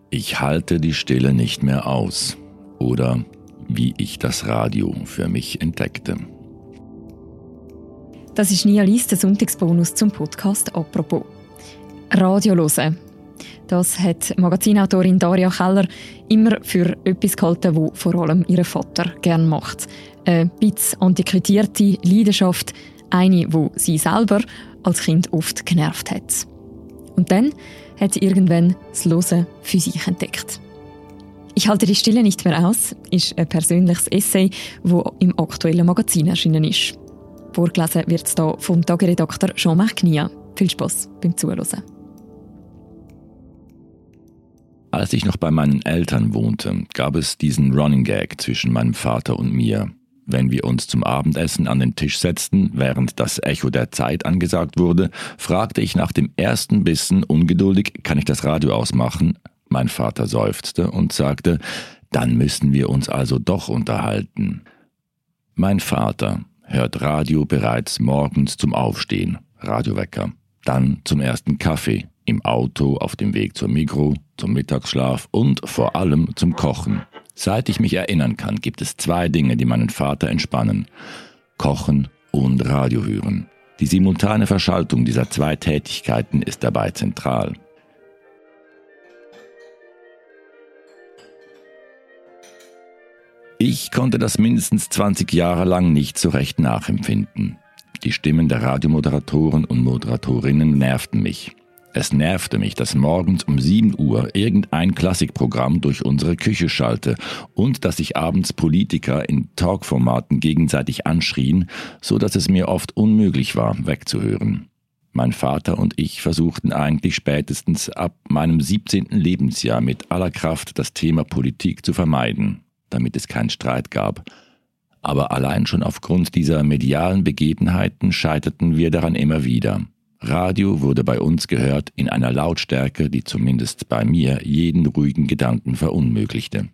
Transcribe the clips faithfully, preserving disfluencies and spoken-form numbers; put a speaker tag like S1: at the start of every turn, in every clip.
S1: Ich halte die Stille nicht mehr aus. Oder wie ich das Radio für mich entdeckte.
S2: Das ist Nia Lies, der Sonntagsbonus zum Podcast «Apropos». Radio hören. Das hat Magazinautorin Daria Keller immer für etwas gehalten, was vor allem ihr Vater gerne macht. Eine bisschen antiquierte Leidenschaft, eine, die sie selber als Kind oft genervt hat. Und dann hat sie irgendwann das Hören für sich entdeckt. «Ich halte die Stille nicht mehr aus» ist ein persönliches Essay, das im aktuellen Magazin erschienen ist. Vorgelesen wird es hier vom Tageredakteur Jean-Marc Nia. Viel Spass beim Zuhören.
S1: Als ich noch bei meinen Eltern wohnte, gab es diesen Running Gag zwischen meinem Vater und mir. Wenn wir uns zum Abendessen an den Tisch setzten, während das Echo der Zeit angesagt wurde, fragte ich nach dem ersten Bissen ungeduldig, kann ich das Radio ausmachen? Mein Vater seufzte und sagte, dann müssen wir uns also doch unterhalten. Mein Vater hört Radio bereits morgens zum Aufstehen, Radiowecker, dann zum ersten Kaffee, im Auto, auf dem Weg zur Migros, zum Mittagsschlaf und vor allem zum Kochen. Seit ich mich erinnern kann, gibt es zwei Dinge, die meinen Vater entspannen. Kochen und Radio hören. Die simultane Verschaltung dieser zwei Tätigkeiten ist dabei zentral. Ich konnte das mindestens zwanzig Jahre lang nicht so recht nachempfinden. Die Stimmen der Radiomoderatoren und Moderatorinnen nervten mich. Es nervte mich, dass morgens um sieben Uhr irgendein Klassikprogramm durch unsere Küche schallte und dass sich abends Politiker in Talkformaten gegenseitig anschrien, so dass es mir oft unmöglich war, wegzuhören. Mein Vater und ich versuchten eigentlich spätestens ab meinem siebzehnten Lebensjahr mit aller Kraft das Thema Politik zu vermeiden, damit es keinen Streit gab. Aber allein schon aufgrund dieser medialen Begebenheiten scheiterten wir daran immer wieder. Radio wurde bei uns gehört in einer Lautstärke, die zumindest bei mir jeden ruhigen Gedanken verunmöglichte.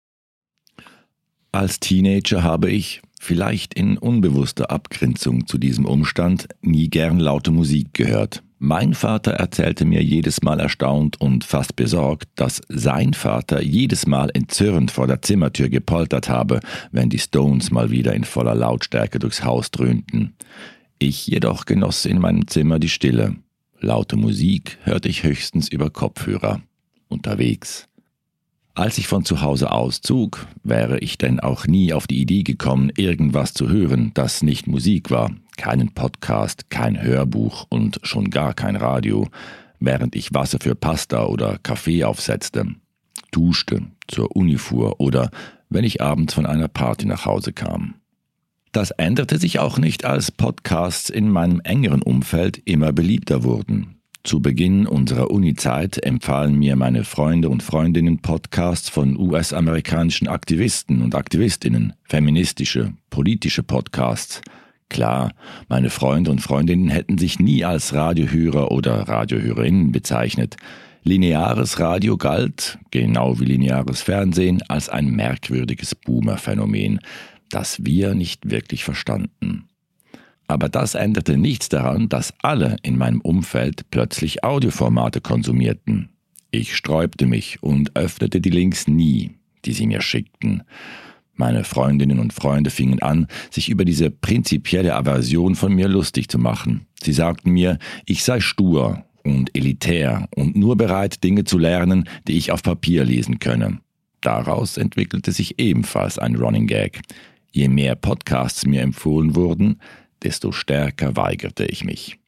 S1: Als Teenager habe ich, vielleicht in unbewusster Abgrenzung zu diesem Umstand, nie gern laute Musik gehört. Mein Vater erzählte mir jedes Mal erstaunt und fast besorgt, dass sein Vater jedes Mal entzürnt vor der Zimmertür gepoltert habe, wenn die Stones mal wieder in voller Lautstärke durchs Haus dröhnten. Ich jedoch genoss in meinem Zimmer die Stille. Laute Musik hörte ich höchstens über Kopfhörer. Unterwegs. Als ich von zu Hause auszog, wäre ich denn auch nie auf die Idee gekommen, irgendwas zu hören, das nicht Musik war. Keinen Podcast, kein Hörbuch und schon gar kein Radio, während ich Wasser für Pasta oder Kaffee aufsetzte, duschte, zur Uni fuhr oder wenn ich abends von einer Party nach Hause kam. Das änderte sich auch nicht, als Podcasts in meinem engeren Umfeld immer beliebter wurden. Zu Beginn unserer Uni-Zeit empfahlen mir meine Freunde und Freundinnen Podcasts von U S-amerikanischen Aktivisten und Aktivistinnen, feministische, politische Podcasts. Klar, meine Freunde und Freundinnen hätten sich nie als Radiohörer oder Radiohörerinnen bezeichnet. Lineares Radio galt, genau wie lineares Fernsehen, als ein merkwürdiges Boomer-Phänomen, das wir nicht wirklich verstanden. Aber das änderte nichts daran, dass alle in meinem Umfeld plötzlich Audioformate konsumierten. Ich sträubte mich und öffnete die Links nie, die sie mir schickten. Meine Freundinnen und Freunde fingen an, sich über diese prinzipielle Aversion von mir lustig zu machen. Sie sagten mir, ich sei stur und elitär und nur bereit, Dinge zu lernen, die ich auf Papier lesen könne. Daraus entwickelte sich ebenfalls ein Running Gag. Je mehr Podcasts mir empfohlen wurden, desto stärker weigerte ich mich.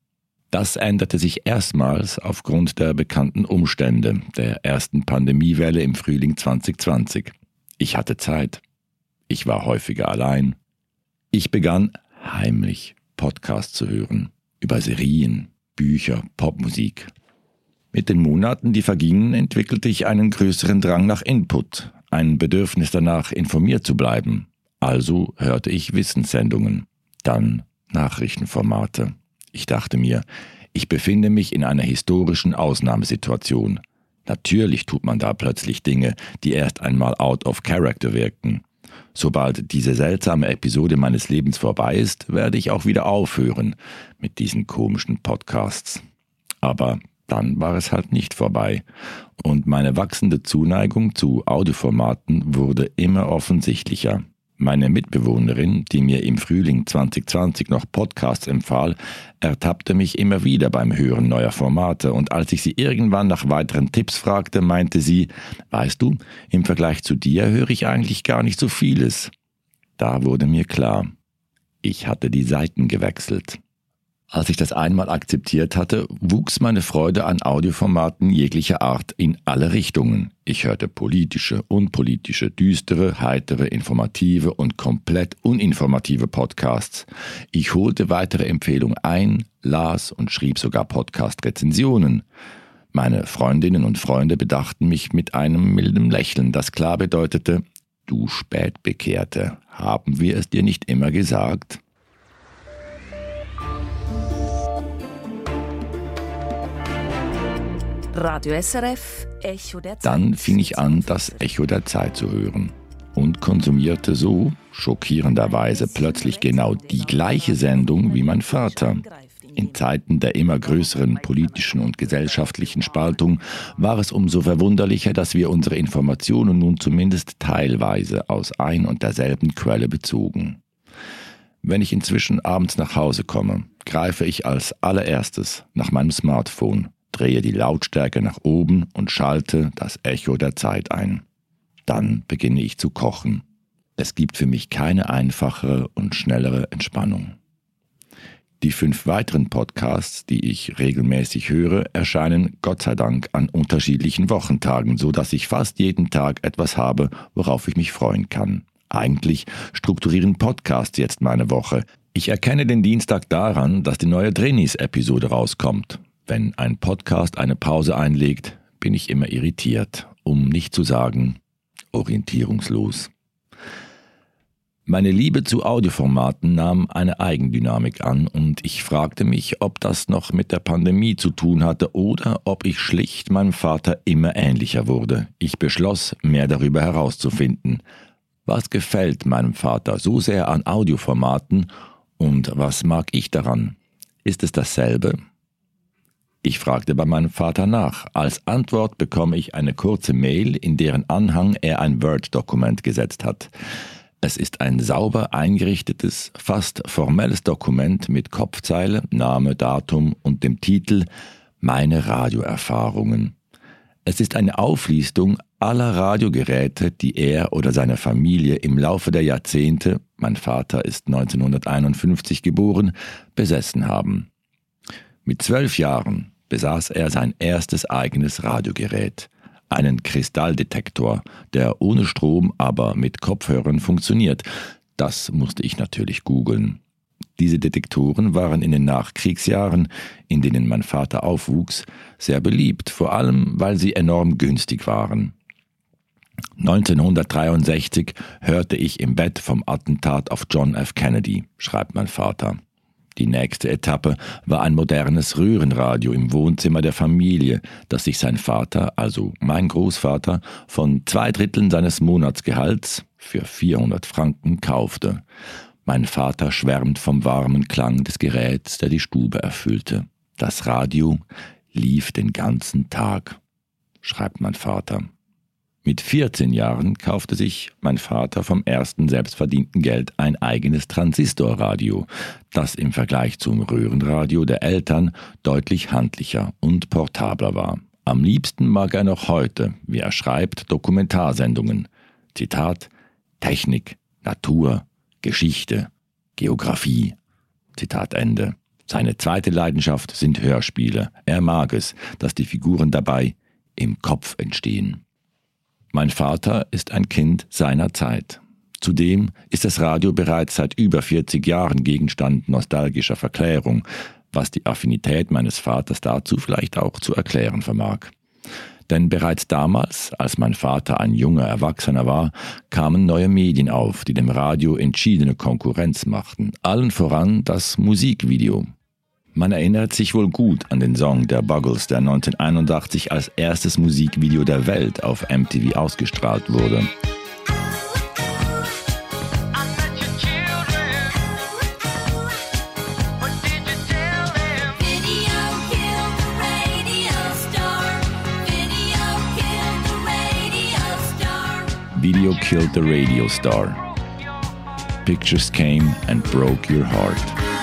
S1: Das änderte sich erstmals aufgrund der bekannten Umstände der ersten Pandemiewelle im Frühling zwanzig zwanzig. Ich hatte Zeit. Ich war häufiger allein. Ich begann heimlich Podcasts zu hören, über Serien, Bücher, Popmusik. Mit den Monaten, die vergingen, entwickelte ich einen größeren Drang nach Input, ein Bedürfnis danach, informiert zu bleiben. Also hörte ich Wissenssendungen, dann Nachrichtenformate. Ich dachte mir, ich befinde mich in einer historischen Ausnahmesituation. Natürlich tut man da plötzlich Dinge, die erst einmal out of character wirken. Sobald diese seltsame Episode meines Lebens vorbei ist, werde ich auch wieder aufhören mit diesen komischen Podcasts. Aber Dann war es halt nicht vorbei. Und meine wachsende Zuneigung zu Audioformaten wurde immer offensichtlicher. Meine Mitbewohnerin, die mir im Frühling zwanzig zwanzig noch Podcasts empfahl, ertappte mich immer wieder beim Hören neuer Formate, und als ich sie irgendwann nach weiteren Tipps fragte, meinte sie, weißt du, im Vergleich zu dir höre ich eigentlich gar nicht so vieles. Da wurde mir klar, ich hatte die Seiten gewechselt. Als ich das einmal akzeptiert hatte, wuchs meine Freude an Audioformaten jeglicher Art in alle Richtungen. Ich hörte politische, unpolitische, düstere, heitere, informative und komplett uninformative Podcasts. Ich holte weitere Empfehlungen ein, las und schrieb sogar Podcast-Rezensionen. Meine Freundinnen und Freunde bedachten mich mit einem milden Lächeln, das klar bedeutete, du Spätbekehrte, haben wir es dir nicht immer gesagt?
S3: Radio S R F, Echo der Zeit.
S1: Dann fing ich an, das Echo der Zeit zu hören und konsumierte so, schockierenderweise, plötzlich genau die gleiche Sendung wie mein Vater. In Zeiten der immer größeren politischen und gesellschaftlichen Spaltung war es umso verwunderlicher, dass wir unsere Informationen nun zumindest teilweise aus ein und derselben Quelle bezogen. Wenn ich inzwischen abends nach Hause komme, greife ich als allererstes nach meinem Smartphone, drehe die Lautstärke nach oben und schalte das Echo der Zeit ein. Dann beginne ich zu kochen. Es gibt für mich keine einfachere und schnellere Entspannung. Die fünf weiteren Podcasts, die ich regelmäßig höre, erscheinen Gott sei Dank an unterschiedlichen Wochentagen, so dass ich fast jeden Tag etwas habe, worauf ich mich freuen kann. Eigentlich strukturieren Podcasts jetzt meine Woche. Ich erkenne den Dienstag daran, dass die neue Drinis-Episode rauskommt. Wenn ein Podcast eine Pause einlegt, bin ich immer irritiert, um nicht zu sagen orientierungslos. Meine Liebe zu Audioformaten nahm eine Eigendynamik an und ich fragte mich, ob das noch mit der Pandemie zu tun hatte oder ob ich schlicht meinem Vater immer ähnlicher wurde. Ich beschloss, mehr darüber herauszufinden. Was gefällt meinem Vater so sehr an Audioformaten und was mag ich daran? Ist es dasselbe? Ich fragte bei meinem Vater nach. Als Antwort bekomme ich eine kurze Mail, in deren Anhang er ein Word-Dokument gesetzt hat. Es ist ein sauber eingerichtetes, fast formelles Dokument mit Kopfzeile, Name, Datum und dem Titel »Meine Radioerfahrungen«. Es ist eine Auflistung aller Radiogeräte, die er oder seine Familie im Laufe der Jahrzehnte, mein Vater ist neunzehnhunderteinundfünfzig geboren, besessen haben. Mit zwölf Jahren besaß er sein erstes eigenes Radiogerät, einen Kristalldetektor, der ohne Strom, aber mit Kopfhörern funktioniert. Das musste ich natürlich googeln. Diese Detektoren waren in den Nachkriegsjahren, in denen mein Vater aufwuchs, sehr beliebt, vor allem weil sie enorm günstig waren. neunzehnhundertdreiundsechzig hörte ich im Bett vom Attentat auf John F. Kennedy, schreibt mein Vater. Die nächste Etappe war ein modernes Röhrenradio im Wohnzimmer der Familie, das sich sein Vater, also mein Großvater, von zwei Dritteln seines Monatsgehalts für vierhundert Franken kaufte. Mein Vater schwärmt vom warmen Klang des Geräts, der die Stube erfüllte. Das Radio lief den ganzen Tag, schreibt mein Vater. Mit vierzehn Jahren kaufte sich mein Vater vom ersten selbstverdienten Geld ein eigenes Transistorradio, das im Vergleich zum Röhrenradio der Eltern deutlich handlicher und portabler war. Am liebsten mag er noch heute, wie er schreibt, Dokumentarsendungen. Zitat: Technik, Natur, Geschichte, Geografie. Zitat Ende. Seine zweite Leidenschaft sind Hörspiele. Er mag es, dass die Figuren dabei im Kopf entstehen. Mein Vater ist ein Kind seiner Zeit. Zudem ist das Radio bereits seit über vierzig Jahren Gegenstand nostalgischer Verklärung, was die Affinität meines Vaters dazu vielleicht auch zu erklären vermag. Denn bereits damals, als mein Vater ein junger Erwachsener war, kamen neue Medien auf, die dem Radio entschiedene Konkurrenz machten, allen voran das Musikvideo. Man erinnert sich wohl gut an den Song der Buggles, der neunzehnhunderteinundachtzig als erstes Musikvideo der Welt auf M T V ausgestrahlt wurde. Video killed the radio star. Pictures came and broke your heart.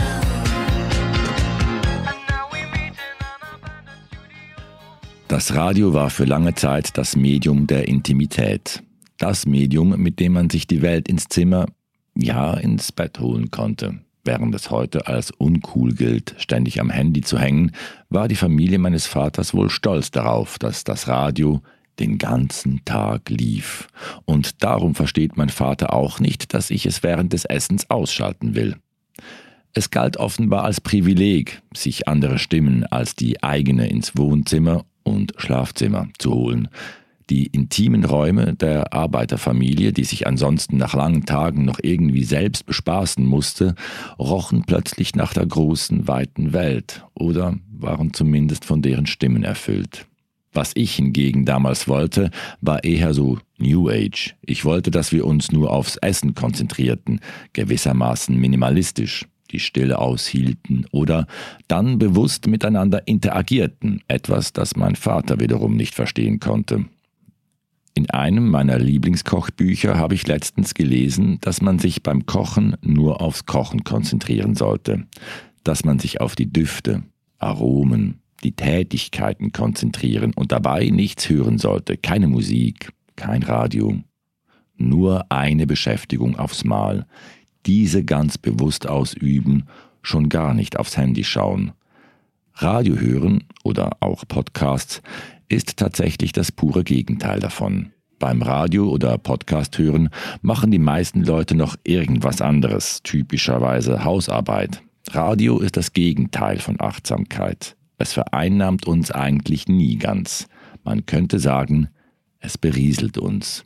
S1: Das Radio war für lange Zeit das Medium der Intimität. Das Medium, mit dem man sich die Welt ins Zimmer, ja, ins Bett holen konnte. Während es heute als uncool gilt, ständig am Handy zu hängen, war die Familie meines Vaters wohl stolz darauf, dass das Radio den ganzen Tag lief. Und darum versteht mein Vater auch nicht, dass ich es während des Essens ausschalten will. Es galt offenbar als Privileg, sich andere Stimmen als die eigene ins Wohnzimmer und Schlafzimmer zu holen. Die intimen Räume der Arbeiterfamilie, die sich ansonsten nach langen Tagen noch irgendwie selbst bespaßen musste, rochen plötzlich nach der großen, weiten Welt oder waren zumindest von deren Stimmen erfüllt. Was ich hingegen damals wollte, war eher so New Age. Ich wollte, dass wir uns nur aufs Essen konzentrierten, gewissermaßen minimalistisch, die Stille aushielten oder dann bewusst miteinander interagierten, etwas, das mein Vater wiederum nicht verstehen konnte. In einem meiner Lieblingskochbücher habe ich letztens gelesen, dass man sich beim Kochen nur aufs Kochen konzentrieren sollte, dass man sich auf die Düfte, Aromen, die Tätigkeiten konzentrieren und dabei nichts hören sollte, keine Musik, kein Radio, nur eine Beschäftigung aufs Mal, diese ganz bewusst ausüben, schon gar nicht aufs Handy schauen. Radio hören oder auch Podcasts ist tatsächlich das pure Gegenteil davon. Beim Radio oder Podcast hören machen die meisten Leute noch irgendwas anderes, typischerweise Hausarbeit. Radio ist das Gegenteil von Achtsamkeit. Es vereinnahmt uns eigentlich nie ganz. Man könnte sagen, es berieselt uns.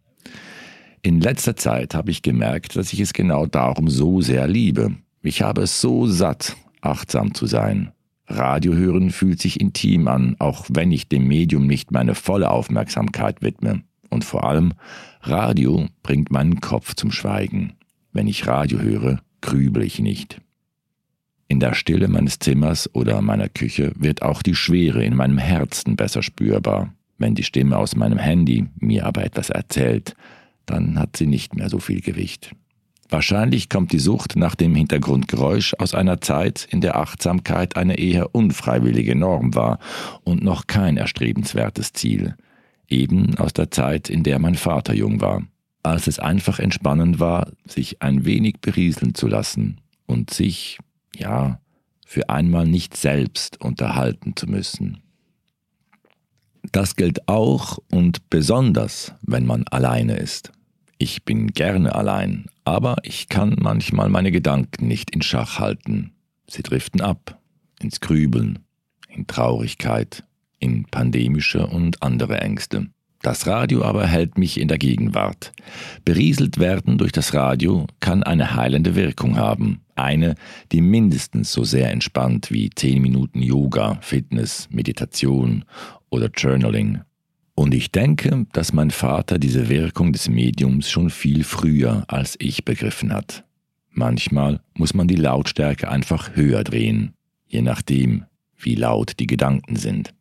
S1: In letzter Zeit habe ich gemerkt, dass ich es genau darum so sehr liebe. Ich habe es so satt, achtsam zu sein. Radio hören fühlt sich intim an, auch wenn ich dem Medium nicht meine volle Aufmerksamkeit widme. Und vor allem, Radio bringt meinen Kopf zum Schweigen. Wenn ich Radio höre, grübel ich nicht. In der Stille meines Zimmers oder meiner Küche wird auch die Schwere in meinem Herzen besser spürbar. Wenn die Stimme aus meinem Handy mir aber etwas erzählt, dann hat sie nicht mehr so viel Gewicht. Wahrscheinlich kommt die Sucht nach dem Hintergrundgeräusch aus einer Zeit, in der Achtsamkeit eine eher unfreiwillige Norm war und noch kein erstrebenswertes Ziel. Eben aus der Zeit, in der mein Vater jung war, als es einfach entspannend war, sich ein wenig berieseln zu lassen und sich, ja, für einmal nicht selbst unterhalten zu müssen. Das gilt auch und besonders, wenn man alleine ist. Ich bin gerne allein, aber ich kann manchmal meine Gedanken nicht in Schach halten. Sie driften ab, ins Grübeln, in Traurigkeit, in pandemische und andere Ängste. Das Radio aber hält mich in der Gegenwart. Berieselt werden durch das Radio kann eine heilende Wirkung haben. Eine, die mindestens so sehr entspannt wie zehn Minuten Yoga, Fitness, Meditation oder Journaling. Und ich denke, dass mein Vater diese Wirkung des Mediums schon viel früher als ich begriffen hat. Manchmal muss man die Lautstärke einfach höher drehen, je nachdem, wie laut die Gedanken sind.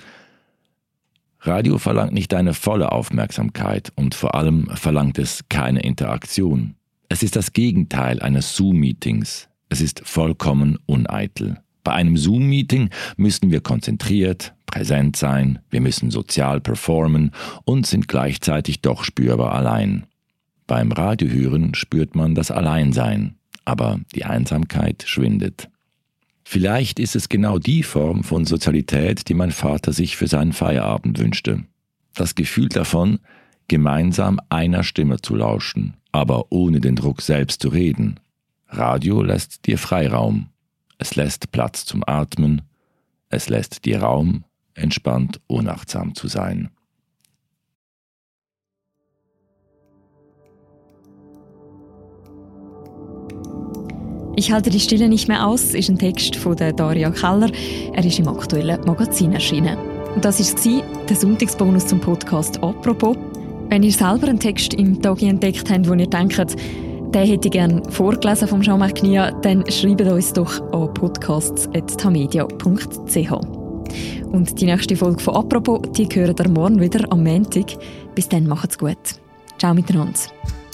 S1: Radio verlangt nicht deine volle Aufmerksamkeit und vor allem verlangt es keine Interaktion. Es ist das Gegenteil eines Zoom-Meetings. Es ist vollkommen uneitel. Bei einem Zoom-Meeting müssen wir konzentriert, präsent sein, wir müssen sozial performen und sind gleichzeitig doch spürbar allein. Beim Radiohören spürt man das Alleinsein, aber die Einsamkeit schwindet. Vielleicht ist es genau die Form von Sozialität, die mein Vater sich für seinen Feierabend wünschte. Das Gefühl davon, gemeinsam einer Stimme zu lauschen, aber ohne den Druck selbst zu reden. Radio lässt dir Freiraum. Es lässt Platz zum Atmen. Es lässt dir Raum, entspannt, unachtsam zu sein.
S2: «Ich halte die Stille nicht mehr aus» ist ein Text von der Daria Keller. Er ist im aktuellen Magazin erschienen. Und das war der Sonntagsbonus zum Podcast «Apropos». Wenn ihr selber einen Text im Tagi entdeckt habt, wo ihr denkt, den hätte ich gerne vorgelesen vom Jean-Marc Knia, dann schreibt uns doch an podcasts at tamedia punkt c h. Und die nächste Folge von «Apropos», die hören ihr morgen wieder am Montag. Bis dann, macht's gut. Ciao miteinander.